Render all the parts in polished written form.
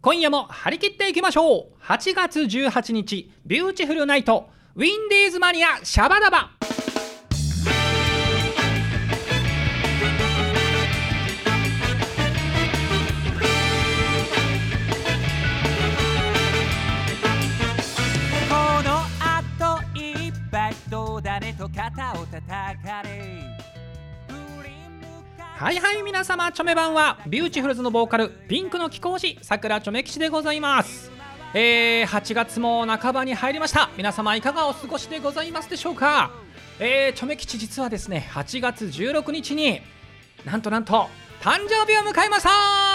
今夜も張り切っていきましょう。8月18日ビューティフルナイトウィンディーズマニアシャバダバ。 この後いっぱいと誰と肩を叩かれ。 はいはい、皆様チョメ版はビューティフルズのボーカルピンクの貴公子さくらちょめ吉でございます。8月も半ばに入りました。皆様いかがお過ごしでございますでしょうか。チョメ吉実はですね8月16日になんと誕生日を迎えました。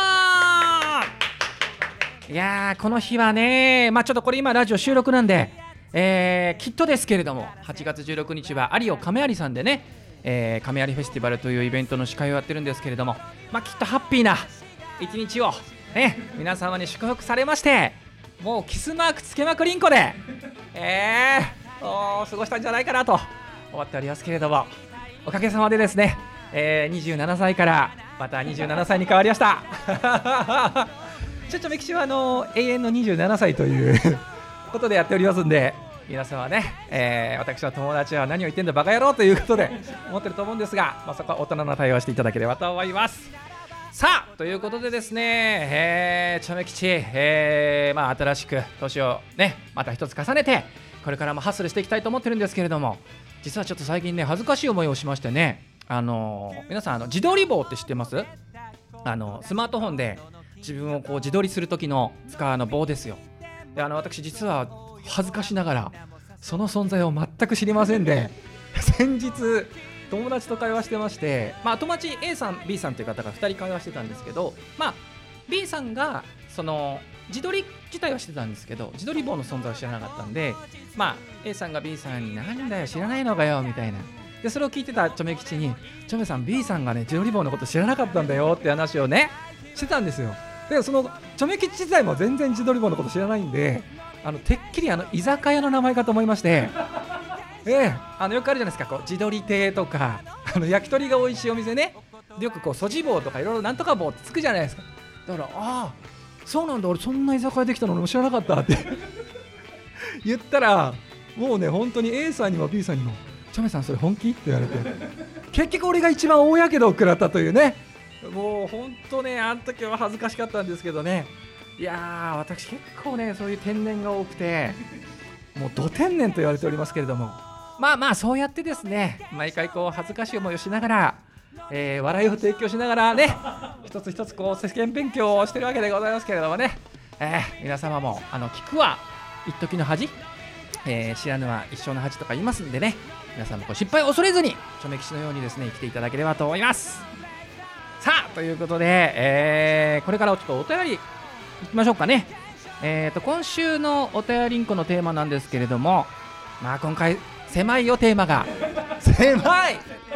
いやーこの日はね、ちょっとこれ今ラジオ収録なんで、きっとですけれども8月16日は有尾亀有さんでね、亀有フェスティバルというイベントの司会をやってるんですけれども、きっとハッピーな一日を、皆様に祝福されまして、もうキスマークつけまくりんこで、過ごしたんじゃないかなと思っておりますけれども、おかげさまでですね、27歳からまた27歳に変わりましたちょっとメキシは永遠の27歳ということでやっておりますんで、皆さんはね、私の友達は何を言ってんだバカ野郎ということで思ってると思うんですが、そこは大人な対応をしていただければと思います。さあということでですね、チョメ吉、新しく年をねまた一つ重ねてこれからもハッスルしていきたいと思ってるんですけれども、実はちょっと最近ね恥ずかしい思いをしましてね、皆さん自撮り棒って知ってます？スマートフォンで自分をこう自撮りする時の使う棒ですよ。で私実は恥ずかしながらその存在を全く知りませんで先日友達と会話してまして、友達 A さん B さんという方が2人会話してたんですけど、B さんがその自撮り自体はしてたんですけど自撮り棒の存在を知らなかったんで、A さんが B さんになんだよ知らないのかよみたいな、でそれを聞いてたチョメ吉に、チョメさん B さんがね自撮り棒のこと知らなかったんだよって話をねしてたんですよ。でそのチョメ吉自体も全然自撮り棒のこと知らないんで、てっきり居酒屋の名前かと思いまして、よくあるじゃないですか、こう自撮り亭とか焼き鳥が美味しいお店ね、でよくこうそじ棒とかいろいろなんとか棒ってつくじゃないですか。だからそうなんだ、俺そんな居酒屋できたの俺も知らなかったって言ったら、もうね本当に A さんにも B さんにもチョメさんそれ本気って言われて結局俺が一番大やけどを食らったというね、もう本当ねあの時は恥ずかしかったんですけどね。いやー私結構ねそういう天然が多くてもうど天然と言われておりますけれども、そうやってですね毎回こう恥ずかしい思いをしながら、笑いを提供しながらね一つ一つこう世間勉強をしてるわけでございますけれどもね、皆様も聞くは一時の恥、知らぬは一生の恥とか言いますんでね、皆さんもこう失敗を恐れずにチョメ吉のようにですね生きていただければと思います。さあということで、これからちょっとお便りいきましょうかね。今週のお便りんこのテーマなんですけれども、今回狭いよテーマが狭い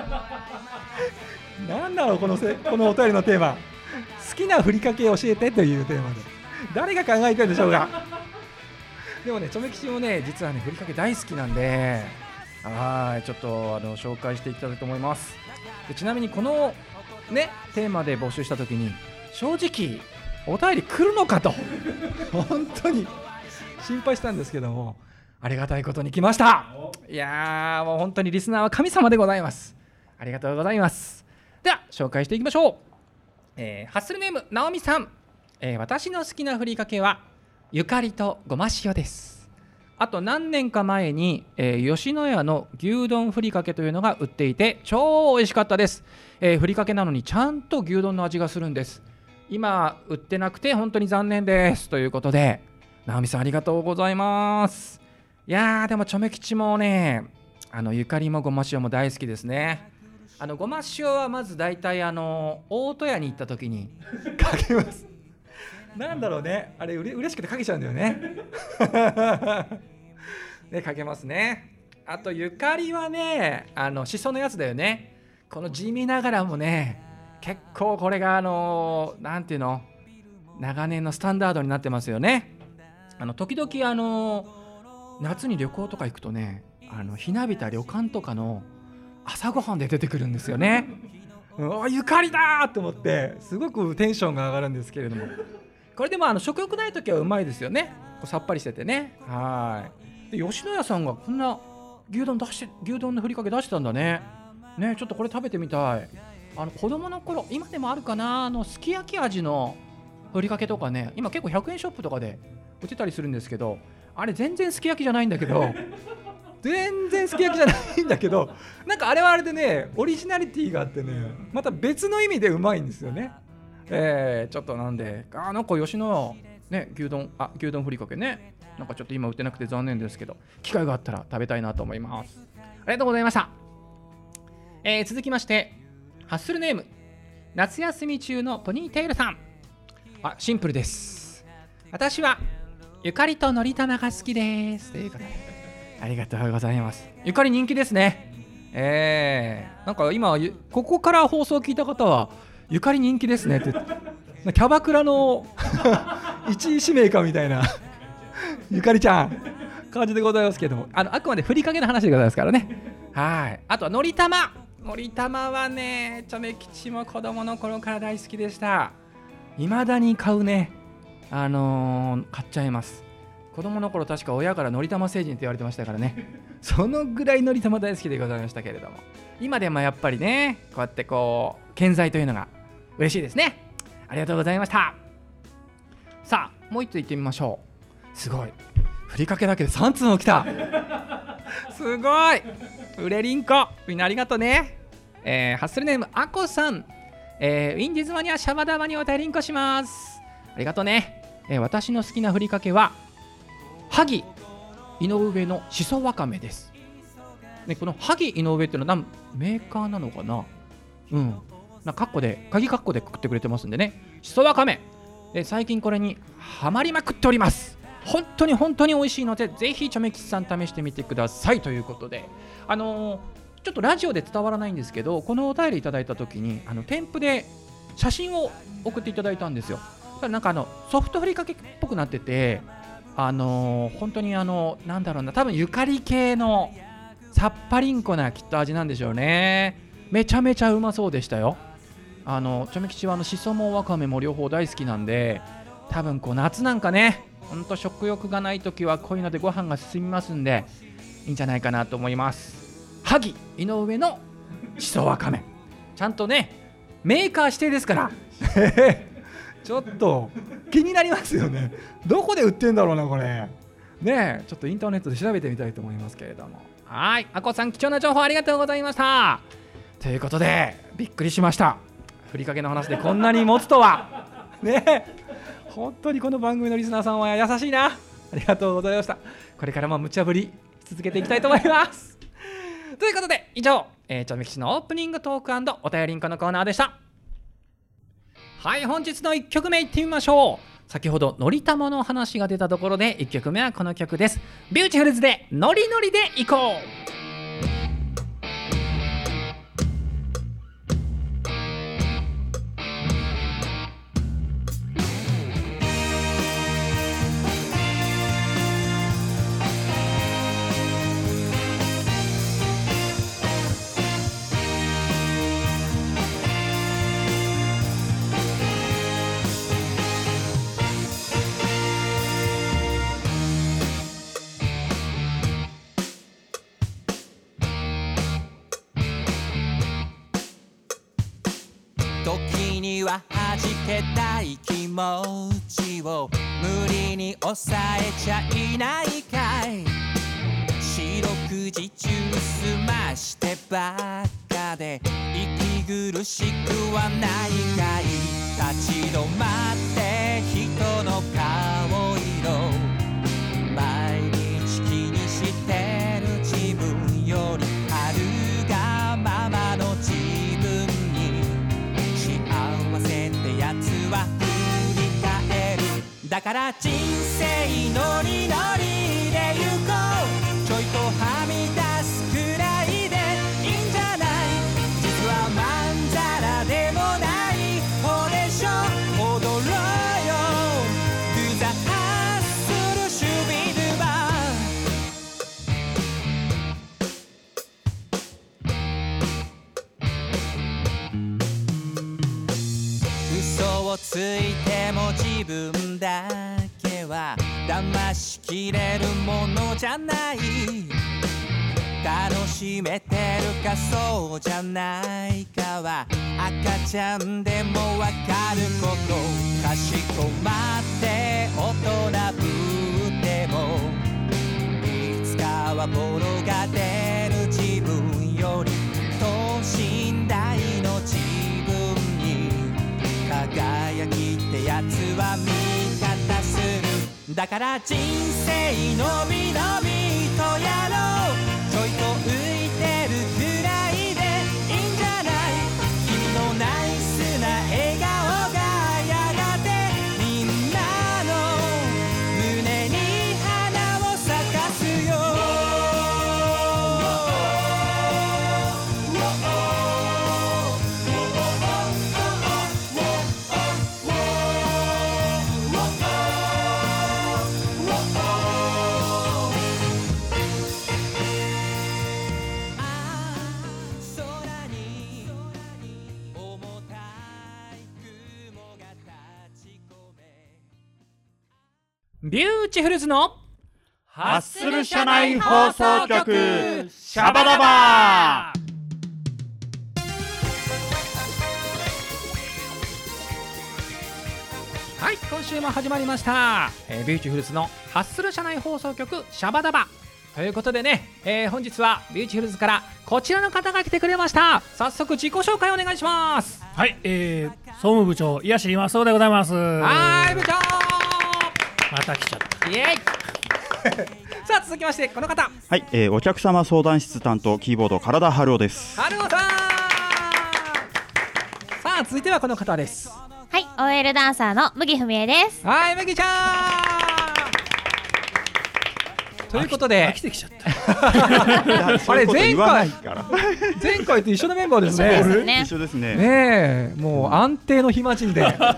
なんだろうこのお便りのテーマ、好きなふりかけ教えてというテーマで誰が考えてるんでしょうかでもねチョメ吉もね実はねふりかけ大好きなんで、ちょっと紹介していきたいと思います。でちなみにこのねテーマで募集した時に正直お便り来るのかと本当に心配したんですけども、ありがたいことに来ました。いやーもう本当にリスナーは神様でございます。ありがとうございます。では紹介していきましょう。ハッスルネームなおみさん、私の好きなふりかけはゆかりとごま塩です。あと何年か前に、吉野家の牛丼ふりかけというのが売っていて超美味しかったです。ふりかけなのにちゃんと牛丼の味がするんです。今売ってなくて本当に残念ですということで、直美さんありがとうございます。いやーでもチョメ吉もねゆかりもごま塩も大好きですね。ごま塩はまず大体大戸屋に行った時にかけますなんだろうね、あれ嬉しくてかけちゃうんだよねでかけますね。あとゆかりはねしそのやつだよね。この地味ながらもね結構これがなんていうの長年のスタンダードになってますよね。時々夏に旅行とか行くとねひなびた旅館とかの朝ごはんで出てくるんですよねゆかりだと思ってすごくテンションが上がるんですけれども、 これでも食欲ない時はうまいですよね。こうさっぱりしててね。で吉野家さんがこんな牛丼のふりかけ出してたんだね。ね、ちょっとこれ食べてみたい。子供の頃、今でもあるかな、すき焼き味のふりかけとかね、今結構100円ショップとかで売ってたりするんですけど、あれ全然すき焼きじゃないんだけど全然すき焼きじゃないんだけど、なんかあれはあれでね、オリジナリティがあってね、また別の意味でうまいんですよね。ちょっとなんで、なんか吉野家、ね、牛丼ふりかけね、なんかちょっと今売ってなくて残念ですけど、機会があったら食べたいなと思います。ありがとうございました。続きましてハッスルネーム夏休み中のポニーテールさん。シンプルです。私はゆかりとのりたまが好きですということで、ありがとうございます。ゆかり人気ですね。なんか今ここから放送を聞いた方はゆかり人気ですねってキャバクラの1位指名かみたいなゆかりちゃん感じでございますけども、あくまでふりかけの話でございますからね。あとはのりたまはね、チョメ吉も子供の頃から大好きでした。未だに買うね。買っちゃいます。子供の頃確か親からのりたま星人って言われてましたからね。そのぐらいのりたま大好きでございましたけれども、今でもやっぱりね、こうやって健在というのが嬉しいですね。ありがとうございました。さあもう一つ言ってみましょう。すごい、ふりかけだけで3通も来たすごい、うれりんこ、みんなありがとうね。ハッスルネームあこさん、ウィンディーズマニアシャバダバにお便りんこします。ありがとうね。私の好きなふりかけは萩井上のしそわかめです、ね。この萩井上っていうのはメーカーなのかな。鍵カッコでくくってくれてますんでね。しそわかめ、最近これにハマりまくっております。本当に美味しいので、ぜひチョメ吉さん試してみてくださいということで、ちょっとラジオで伝わらないんですけど、このお便りいただいた時に添付で写真を送っていただいたんですよ。なんかソフトふりかけっぽくなってて、本当になんだろうな、多分ゆかり系のさっぱりんこなきっと味なんでしょうね。めちゃめちゃうまそうでしたよ。チョメ吉はしそもわかめも両方大好きなんで、多分夏なんかね、ほんと食欲がないときはこういうのでご飯が進みますんで、いいんじゃないかなと思います。萩井上のしそわかめ、ちゃんとねメーカー指定ですからちょっと気になりますよね。どこで売ってんだろうなこれね。ちょっとインターネットで調べてみたいと思いますけれども。はい、あこさん貴重な情報ありがとうございました。ということでびっくりしました。ふりかけの話でこんなに持つとはね。本当にこの番組のリスナーさんは優しいな。ありがとうございました。これからも無茶ぶり続けていきたいと思いますということで以上、チョメ吉のオープニングトーク&お便りんこのコーナーでした。はい、本日の1曲目いってみましょう。先ほどのりたまの話が出たところで1曲目はこの曲です。ビューティフルズでノリノリでいこう。 時には弾けたい気持ちを無理に抑えちゃいないかい。四六時中済ましてばっかで息苦しくはないかい。立ち止まって人の顔色毎日気にしてる自分よりあるがままの自分に幸せってやつは振り返る。だから人生ノリノリで行こう。ちょいとはみ出すくらいでいいんじゃない。実はまんざらでもない方でしょ。踊ろうよ Do the hustle シュビドゥバー。嘘をついても自分では騙しきれるものじゃない。楽しめてるかそうじゃないかは赤ちゃんでもわかること。かしこまって大人ぶってもいつかはボロが出る自分より等身大の自分に輝きってやつは味方する。だから人生のびのびとやろう。ちょいと浮いてるくらいでいいんじゃない。君のナイスな笑顔がやがてみんなの胸に花を咲かすよ。 ビューティフルズのハッスル社内放送局シャバダバ。 はい、今週も始まりました、ビューティフルズのハッスル社内放送局シャバダバということでね、本日はビューティフルズからこちらの方が来てくれました。早速自己紹介お願いします。 はい、総務部長癒し今そうでございます。 はい、部長また来ちゃった。 イエイさあ続きましてこの方。 はい、お客様相談室担当キーボード唐田春夫です。 春夫さん。さあ続いてはこの方です。 はい、OL ダンサーの麦文江です。 はい、麦ちゃんということで飽きてきちゃった。 あれ前回と一緒のメンバーですね。 一緒ですね。 一緒ですね。 ねえ、もう安定の暇人で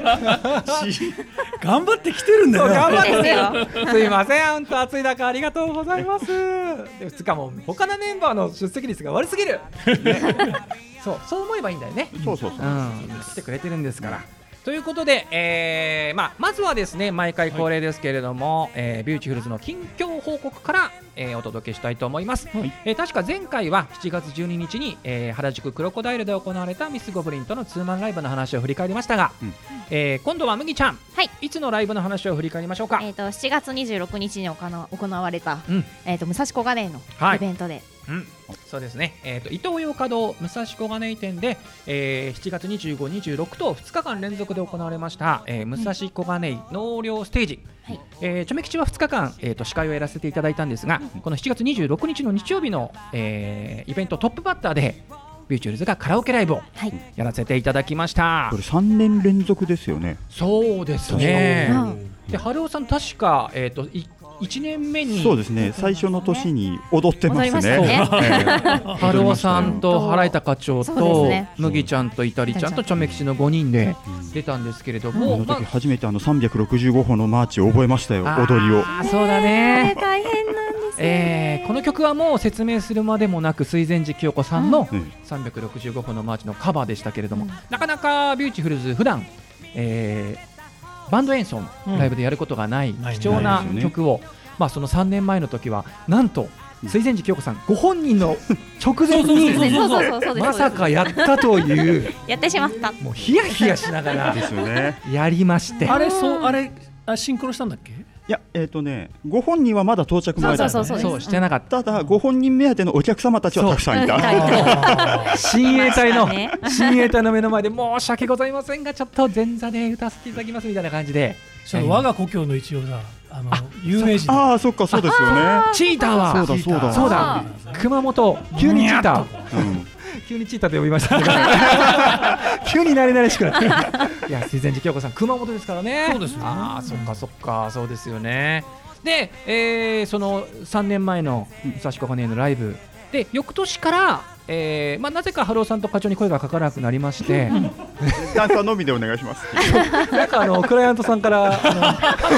頑張ってきてるんだよ。 頑張そうですってすいません、本当暑い中ありがとうございます。でつかも他のメンバーの出席率が悪すぎる、ね、そう思えばいいんだよね。 そう、来てくれてるんですから。ということで、まずはですね毎回恒例ですけれども、ビューティフルズの近況報告から、お届けしたいと思います。確か前回は7月12日に、原宿クロコダイルで行われたミスゴブリンとのツーマンライブの話を振り返りましたが、今度は麦ちゃん、 はい、 いつのライブの話を振り返りましょうか。 7月26日に行われた、武蔵小金井のイベントで、 そうですね、伊東洋華堂武蔵小金井店で、7月25、26と2日間連続で行われました、武蔵小金井納涼ステージ、チョメ吉は2日間、司会をやらせていただいたんですが、この7月26日の日曜日の、イベントトップバッターでビューティフルズがカラオケライブをやらせていただきました。 これ3年連続ですよね。 そうですね。で春尾さん確か、1年目にそうですね、最初の年に踊ってますね。 春尾さんと原井課長と麦ちゃんとイタリちゃんとチョメ吉の5人で出たんですけれども、 あの時初めて365歩のマーチを覚えましたよ、踊りを。 そうだね、 大変なんですね。 この曲はもう説明するまでもなく水前寺清子さんの365歩のマーチのカバーでしたけれども、なかなかビューティフルズ普段、バンド演奏のライブでやることがない貴重な曲を、その3年前の時はなんと水前寺清子さんご本人の直前にまさかやったというやってしまった。 もうヒヤヒヤしながらやりまして、 あれシンクロしたんだっけ。 いや、ご本人はまだ到着前だった。 そうしてなかった。 ただご本人目当てのお客様たちはたくさんいた。 親衛隊の目の前で申し訳ございませんがちょっと前座で歌わせていただきますみたいな感じで、 我が故郷の一応だ、有名人。 ああ、そっか、そうですよね。 チーターはそうだ熊本、急にチーター、急にチーターと呼びました急に慣れ慣れしくなっていや、水前寺清子さん熊本ですからね。 そうですよね。 そっかそうですよね。で、その3年前の武蔵小金井のライブで翌年から、なぜか春尾さんと課長に声がかからなくなりましてダンサーのみでお願いしますなんかクライアントさんからち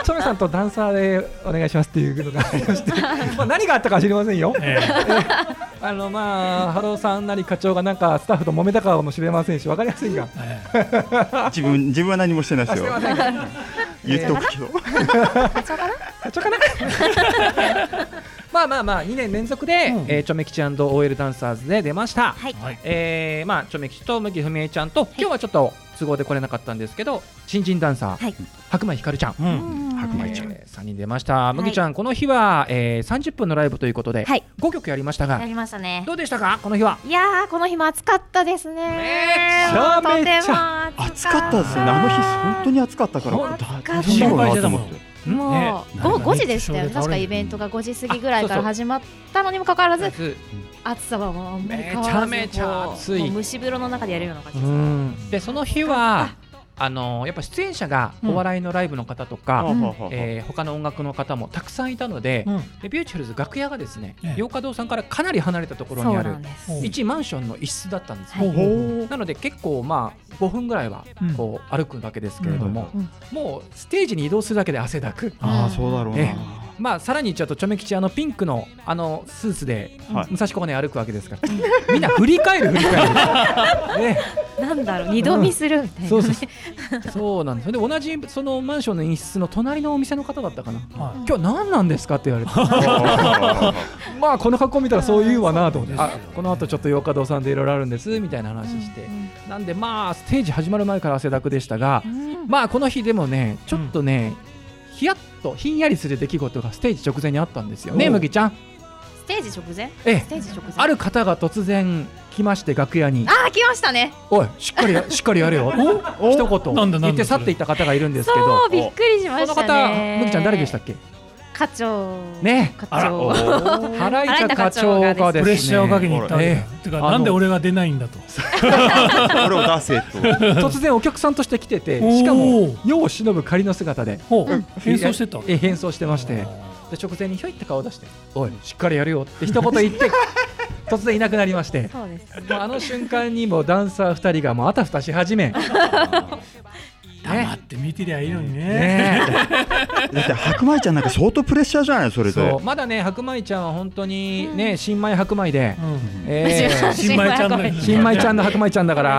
チョメさんとダンサーでお願いしますっていうのがありましてまあ何があったかは知りませんよ、まあハローさんなり課長がなんかスタッフと揉めたかもしれませんし分かりやすいが、 自分は何もしてないですよ。言っておくけど課長かなまあ2年連続で、チョメ吉&OL ダンサーズで出ました。 はい、 まあチョメ吉と麦文江ちゃんと、今日はちょっと都合で来れなかったんですけど、新人ダンサー、白米ひかるちゃん、 白米ちゃん、 3人出ました。麦ちゃん、この日は、30分のライブということで、5曲やりましたが、 やりましたね。 どうでしたかこの日は。 いやー、この日も暑かったですね。 めちゃめちゃ暑かったですね。あの日本当に暑かったから、 心配してたもん。 もう5時でしたよね。確かイベントが5時過ぎぐらいから始まったのにもかかわらず、暑さはもうめちゃめちゃ暑い。 蒸し風呂の中でやるような感じです。 でその日はやっぱ出演者がお笑いのライブの方とか、他の音楽の方もたくさんいたので、ビューティフルズ楽屋がですね、洋華堂さんからかなり離れたところにある一マンションの一室だったんですよ。なので結構まあ5分ぐらいはこう歩くわけですけれども、もうステージに移動するだけで汗だく。 そうだろうな。 まあさらに言っちゃうとチョメ吉ピンクのスーツで武蔵小金井歩くわけですからみんな振り返るなんだろう、二度見するみたいな。 そうなんですよ。で同じそのマンションの一室の隣のお店の方だったかな、今日何なんですかって言われてまあこの格好見たらそう言うわなと思って、この後ちょっと洋華堂さんでいろいろあるんですみたいな話して、なんでまあステージ始まる前から汗だくでしたが、まあこの日でもねちょっとねヒヤッとひんやりする出来事がステージ直前にあったんですよね、麦ちゃん。 ステージ直前？ ある方が突然来まして、楽屋に来ましたね。 おいしっかりやれよ一言言って去っていった方がいるんですけど、 そうびっくりしましたね。 その方、麦ちゃん誰でしたっけ？ 課長ね、原市課長がですねプレッシャーをかけに行ったんだ。てかなんで俺が出ないんだと俺を出せと突然お客さんとして来てて、しかも世を忍ぶ仮の姿で変装してた。 変装してまして、で直前にひょいって顔を出しておいしっかりやるよって一言言って突然いなくなりまして、もうあの瞬間にもダンサー2人がもうあたふたし始め黙って見てりゃいいのにね。 だって白米ちゃんなんか相当プレッシャーじゃない。それでまだね白米ちゃんは本当にね新米白米で新米ちゃんの白米ちゃんだから、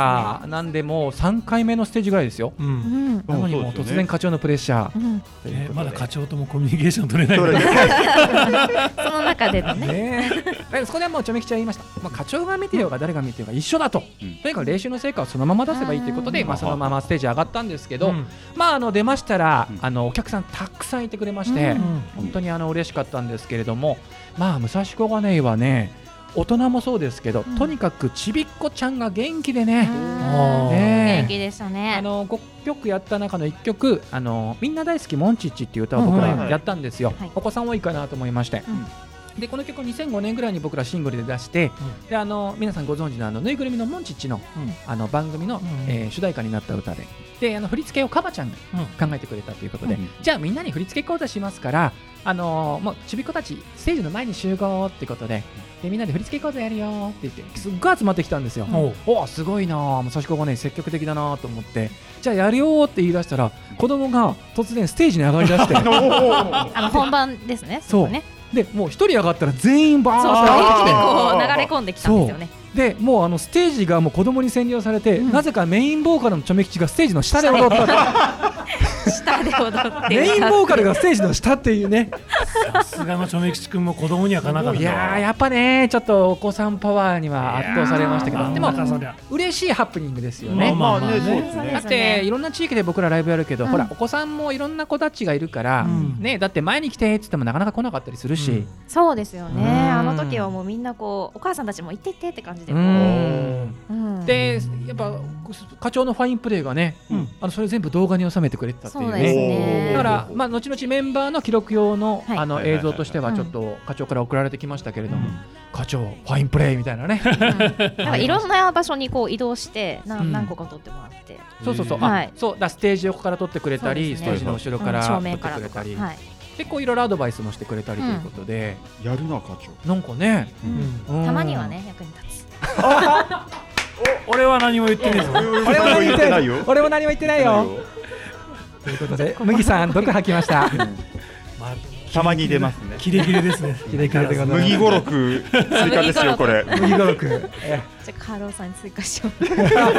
なんでもう3回目のステージぐらいですよ。なのにもう突然課長のプレッシャー、 まだ課長ともコミュニケーション取れないその中でのね。 そこでもうチョメ吉は言いました。課長が見てようが誰が見てようが一緒だと、とにかく練習の成果をそのまま出せばいいということで、そのままステージ上がったんですけど、出ましたらお客さんたくさんいてくれまして、本当に嬉しかったんですけれども、武蔵小金井はね大人もそうですけど、とにかくちびっこちゃんが元気でね、 元気でしたね。 5曲やった中の1曲みんな大好きモンチッチっていう歌を僕らやったんですよ。お子さん多いかなと思いまして、でこの曲2005年ぐらいに僕らシングルで出して、で皆さんご存知のぬいぐるみのモンチッチの、番組の、主題歌になった歌で、振り付けをカバちゃんが考えてくれたということで、じゃあみんなに振り付け講座しますから、もうちびっ子たちステージの前に集合ってことで、みんなで振り付け講座やるよって言ってすっごい集まってきたんですよ。おすごいな、武蔵小金井積極的だなと思って、じゃあやるよって言い出したら子供が突然ステージに上がりだして本番ですね。 そうね。でもう一人上がったら全員バーンと上がってきて流れ込んできたんですよね。 でもうステージがもう子供に占領されて、なぜかメインボーカルのチョメ吉がステージの下で踊った下で踊ってメインボーカルがステージの下っていうね。 さすがのチョメ吉君も子供にはかなかった。 いややっぱねちょっとお子さんパワーには圧倒されましたけど、でも嬉しいハプニングですよね。だっていろんな地域で僕らライブやるけど、ほらお子さんもいろんな子たちがいるからね、だって前に来てって言ってもなかなか来なかったりするし、 そうですよね。あの時はもうみんなこうお母さんたちも行ってってって感じで、 でやっぱ課長のファインプレーがね、それ全部動画に収めてくれてたっていうね。だから後々メンバーの記録用の映像としてはちょっと課長から送られてきましたけれども、課長ファインプレーみたいなね、 いろんな場所にこう移動して何個か撮ってもらって、 そうだステージ横から撮ってくれたり、ステージの後ろから撮ってくれたり、結構いろいろアドバイスもしてくれたりということで、 やるな課長なんかね、 たまにはね役に立つ。 俺は何も言ってないぞ。 俺も何も言ってないよ。 ということで麦さん毒吐きました。 まあたまに出ますね。 キレキレですね。 キレキレでございます。 麦語録追加ですよこれ。 麦語録。 じゃあカーローさんに追加しよう。 今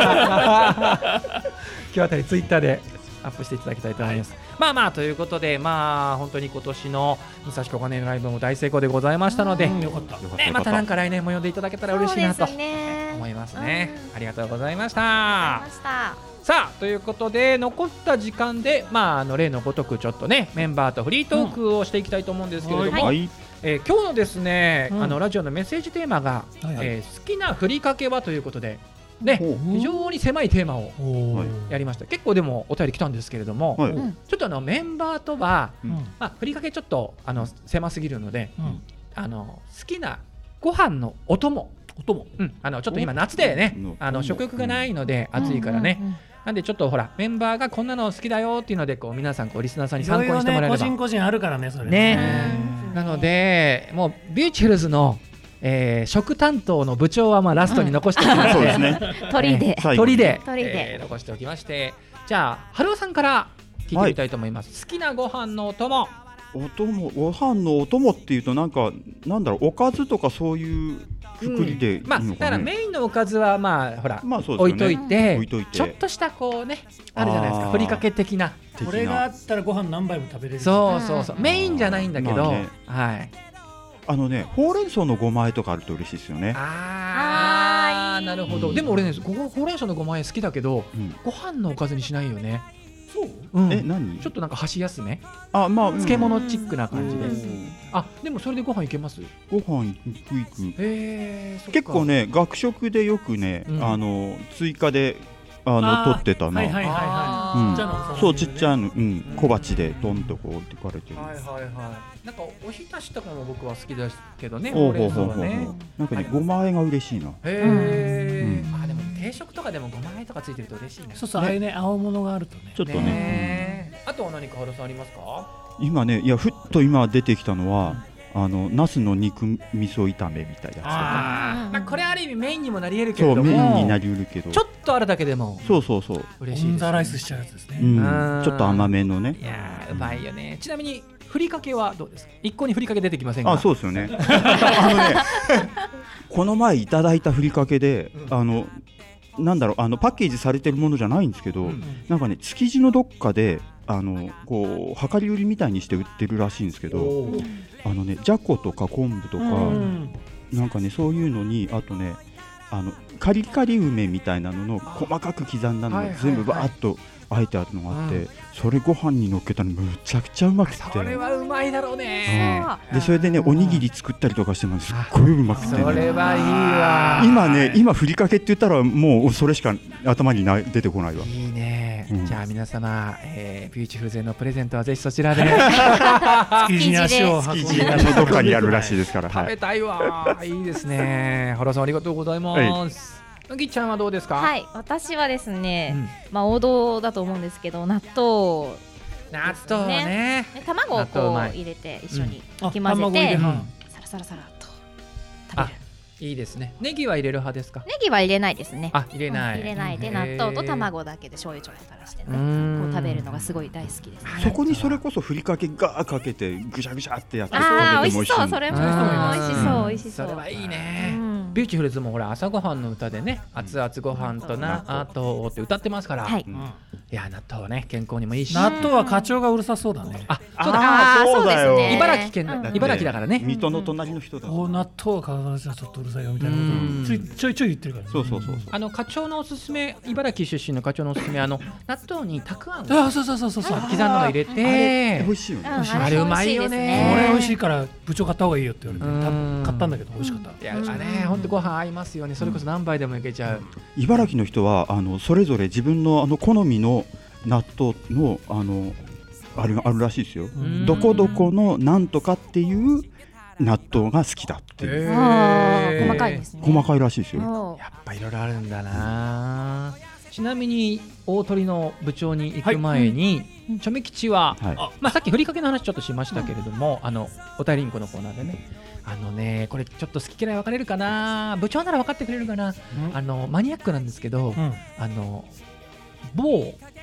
日あたりツイッターでアップしていただきたいと思います。まあということで本当に今年の武蔵小金井のライブも大成功でございましたので、 よかった。 またなんか来年も呼んでいただけたら嬉しいなとそうですね思いますね。ありがとうございましあた。 りました。 さあということで残った時間で例のごとくちょっとねメンバーとフリートークをしていきたいと思うんですけれども、 はい。 今日のですね、ラジオのメッセージテーマが、 はいはい好きなふりかけはということで、ね、 ほう非常に狭いテーマをおやりました。結構でもお便り来たんですけれども、 はい。 ちょっとメンバーとは、 うんふりかけちょっと狭すぎるので、 うん好きなご飯のお供、ちょっと今夏でね食欲がないので暑いからね、なんでちょっとほらメンバーがこんなの好きだよっていうので皆さんリスナーさんに参考にしてもらえれば個人個人あるからねそれね。なのでもうビューチフルズの食担当の部長はラストに残しておきまして、 そうですね。 鳥で鳥で残しておきまして、じゃあ春尾さんから聞いてみたいと思います。好きなご飯のお供。 ご飯のお供っていうとなんだろう、おかずとかそういうくくりでいいのかね。 だからメインのおかずはほら、 そう置いですよね。 といて、 置いといてちょっとしたねあるじゃないですか、ふりかけ的な。 これがあったらご飯何杯も食べれる。 そうメインじゃないんだけど、 ねはい。 ほうれん草のごま和えとかあると嬉しいですよね。 なるほど。でも俺ね、ほうれん草のごま和え好きだけど、ご飯のおかずにしないよね。 そう？ 何？ ちょっとなんか箸休め、 漬物チックな感じで。でもそれでご飯いけます？ ご飯いく。 結構ね、学食でよくね、追加で取ってたな。そう、ちっちゃいの、小鉢でドンとこう置いてかれてる。 なんかおひたしとかも僕は好きですけどね。 なんかね、ごま和えが嬉しいな。 でも定食とかでもごま和えとかついてると嬉しいね。 そう、ああいうね、青物があるとね。 ちょっとね。 あとは何か原さんありますか？ 今ね、ふっと今出てきたのはナスの肉味噌炒めみたいなやつとか。 これある意味メインにもなり得るけれども、 メインになり得るけど、 ちょっとあるだけでもそう嬉しいです。 オンザライスしちゃうやつですね。 ちょっと甘めのね。 いやうまいよね。ちなみにふりかけはどうですか？一向にふりかけ出てきませんか？ そうですよね。この前いただいたふりかけで、なんだろう、パッケージされてるものじゃないんですけど、なんかね、築地のどっかでこう量り売りみたいにして売ってるらしいんですけど、じゃことか昆布とか、なんかね、そういうのに、あとね、カリカリ梅みたいなのの細かく刻んだのが全部バーッとあえてあるのがあって、それご飯に乗っけたのむちゃくちゃうまくて、 それはうまいだろうね。 でそれでね、おにぎり作ったりとかしてもすっごいうまくてね。 それはいいわ。 今ふりかけって言ったらもうそれしか頭に出てこないわ。 いいね。じゃあ皆様、ビューティフルゼのプレゼントはぜひそちらで築地に足を運んでどっかにあるらしいですから。 食べたいわ。いいですね。原さんありがとうございます。ぎっちゃんはどうですか？ はい、私はですね、王道だと思うんですけど、納豆ね、卵をこう入れて一緒にかき混ぜて、サラサラと食べる。 いいですね。ネギは入れる派ですか？ ネギは入れないですね。 入れないで納豆と卵だけで醤油ちょっと垂らしてね、こう食べるのがすごい大好きです。 そこにそれこそふりかけガーかけてぐしゃぐしゃってやって美味しそう。それも美味しそう。 それはいいね。ビューティフルズもほら朝ごはんの歌でね、熱々ご飯と納豆って歌ってますから。いや、納豆はね、健康にもいいし。 納豆は課長がうるさそうだね。 そうだよ。 茨城だからね。 水戸の隣の人だ。 納豆は必ずちょっとうるさいよみたいなことをちょい言ってるからね。 そう課長のおすすめ、茨城出身の課長のおすすめ、納豆にたくあんそう刻んだの入れて、 美味しいよね。 あれうまいよね。 これ美味しいから部長買った方がいいよって言われて買ったんだけど美味しかった。 いやね、本当ご飯合いますよね。それこそ何杯でもいけちゃう。 茨城の人はそれぞれ自分の好みの納豆のあれがあるらしいですよ。どこどこのなんとかっていう納豆が好きだっていう。 細かいですね。 細かいらしいですよ。 やっぱいろいろあるんだな。ちなみに大鳥の部長に行く前に、チョメ吉は、さっきふりかけの話ちょっとしましたけれども、お便りインコのコーナーでね、これちょっと好き嫌い分かれるかな、部長なら分かってくれるかな、マニアックなんですけど、某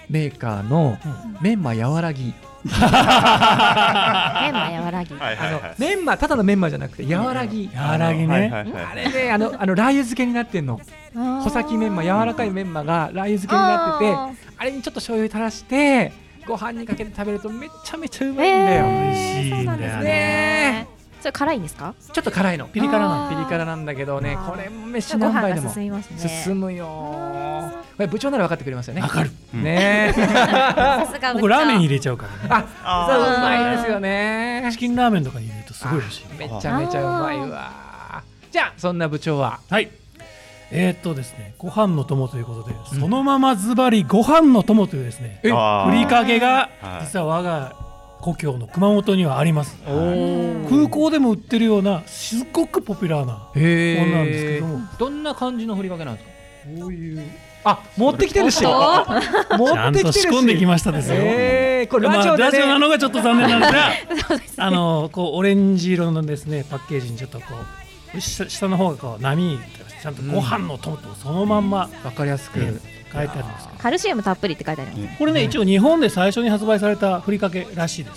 メーカーのメンマ柔らぎメンマ柔らぎ、 メンマただのメンマじゃなくて柔らぎ、 柔らぎね、 あれね、ラー油漬けになってんの。穂先メンマ、柔らかいメンマがラー油漬けになってて、あれにちょっと醤油垂らしてご飯にかけて食べるとめちゃめちゃうまいんだよ。 美味しいんだよね。 それ辛いんですか？ ちょっと辛いの、ピリ辛なんだけどね、これ飯何杯でも進むよ。これ部長なら分かってくれますよね。 分かるね。 僕ラーメン入れちゃうからね。 そううまいですよね。 チキンラーメンとかに入れるとすごい美味しい。 めちゃめちゃうまいわ。じゃあそんな部長は、 はいですね、ご飯の友ということで、そのままズバリご飯の友というですね、ふりかけが実は我が故郷の熊本にはあります。空港でも売ってるようなすごくポピュラーなものなんですけども、 どんな感じのふりかけなんですか？ こういう、 持ってきてるし、 ちゃんと仕込んできましたですよ。 これラジオなのがちょっと残念なんですがこうオレンジ色のですねパッケージにちょっとこう下の方がこう波にちゃんとご飯の友とそのまんま分かりやすく書いてあるんですけど、 カルシウムたっぷりって書いてあります。 これね、一応日本で最初に発売されたふりかけらしいです。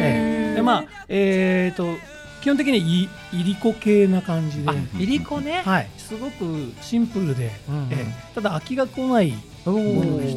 で基本的にいりこ系な感じで、 いりこね、 はい、すごくシンプルで、ただ飽きが来ないものでして、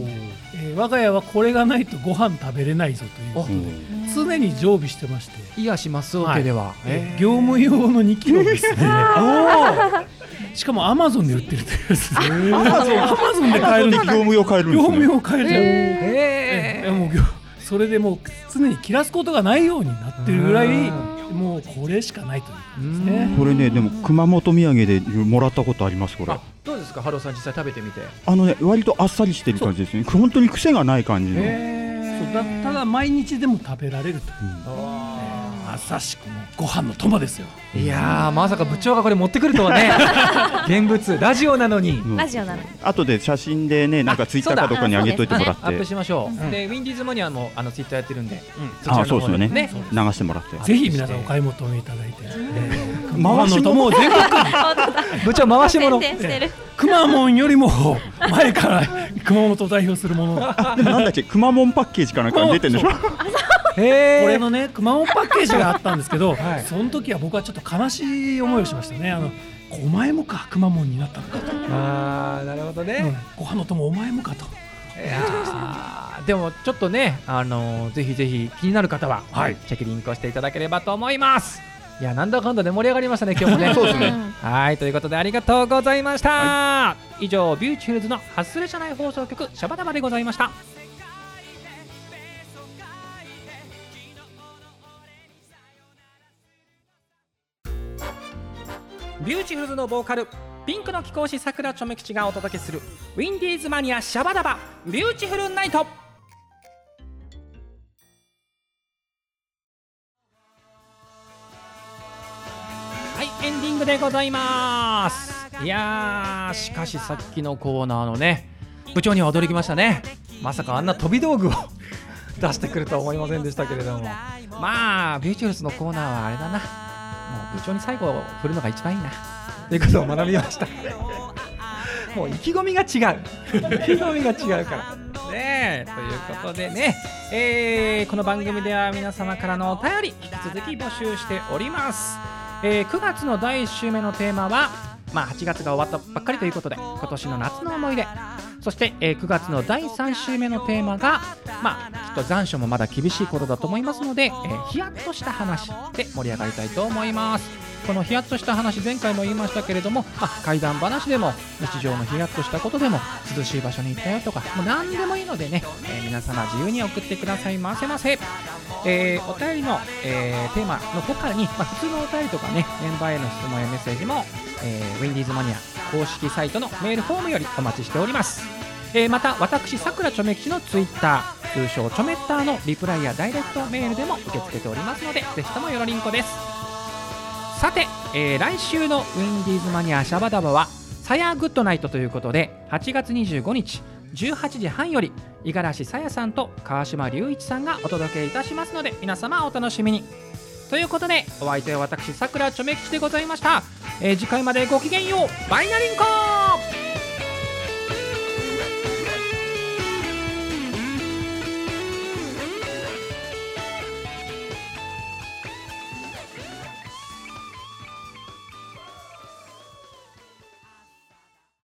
我が家はこれがないとご飯食べれないぞということで常に常備してまして、 癒やしますおけでは、 業務用の2キロですね。しかもアマゾンで売ってるというやつで、アマゾンで買えるんです。 業務用買えるんですね。 業務用買える。もうそれでもう常に切らすことがないようになってるぐらい、もうこれしかないというですね。 これね、でも熊本土産でもらったことあります。これどうですか、ハローさん、実際食べてみて。 割とあっさりしてる感じですね。本当に癖がない感じの。 ただ毎日でも食べられるという、まさしくもご飯の友ですよ。 いやー、まさか部長がこれ持ってくるとはね。現物ラジオなのに、 後で写真でね、なんかツイッターかどっかに上げといてもらって、 アップしましょう。でウィンディーズマニアもツイッターやってるんで、 そうですよね、流してもらって、 ぜひ皆さんお買い求めいただいて、ご飯の友を全国に部長回し物、 くまモンよりも前から熊本を代表するもの。 でもなんだっけ、くまモンパッケージかなんかに出てるんでしょ。 これのね、くまモンパッケージがあったんですけど、その時は僕はちょっと悲しい思いをしましたね。お前もかくまモンになったのかと。 なるほどね。 ご飯の友お前もかと。 でもちょっとね、ぜひぜひ気になる方はチェックリンクをしていただければと思います。いや、なんだかんだで盛り上がりましたね、今日もね。そうですね。はい、ということでありがとうございました。以上、ビューチフルズのハッスル社内放送局シャバダバでございました。ビューチフルズのボーカル、ピンクの貴公子さくらちょめ吉がお届けするウィンディーズマニアシャバダバビューティフルナイト。はい、エンディングでございます。いやー、しかしさっきのコーナーのね、部長には驚きましたね。まさかあんな飛び道具を出してくるとは思いませんでしたけれども、まあビューティフルズのコーナーはあれだな、もう部長に最後振るのが一番いいなということを学びました。もう意気込みが違う意気込みが違うからね。ということでね、この番組では皆様からのお便り引き続き募集しております。9月の第1週目のテーマは、8月が終わったばっかりということで、今年の夏の思い出。そして、9月の第3週目のテーマが、きっと残暑もまだ厳しいことだと思いますので、ヒヤッとした話で盛り上がりたいと思います。このヒヤッとした話、前回も言いましたけれども、怪談話でも日常のヒヤッとしたことでも、涼しい場所に行ったよとか、もう何でもいいのでね、皆様自由に送ってくださいませませ。お便りの、テーマの他に、普通のお便りとかね、メンバーへの質問やメッセージも、ウィンディーズマニア公式サイトのメールフォームよりお待ちしております。また私さくらちょめ吉のツイッター、通称ちょめッターのリプライやダイレクトメールでも受け付けておりますので、ぜひともよろりんこです。さて、来週のウィンディーズマニアシャバダバはさやグッドナイトということで、8月25日18時半より五十嵐さやさんと川島隆一さんがお届けいたしますので、皆様お楽しみに。ということで、お相手は私さくらちょめ吉でございました。次回までごきげんよう。バイナリンコー。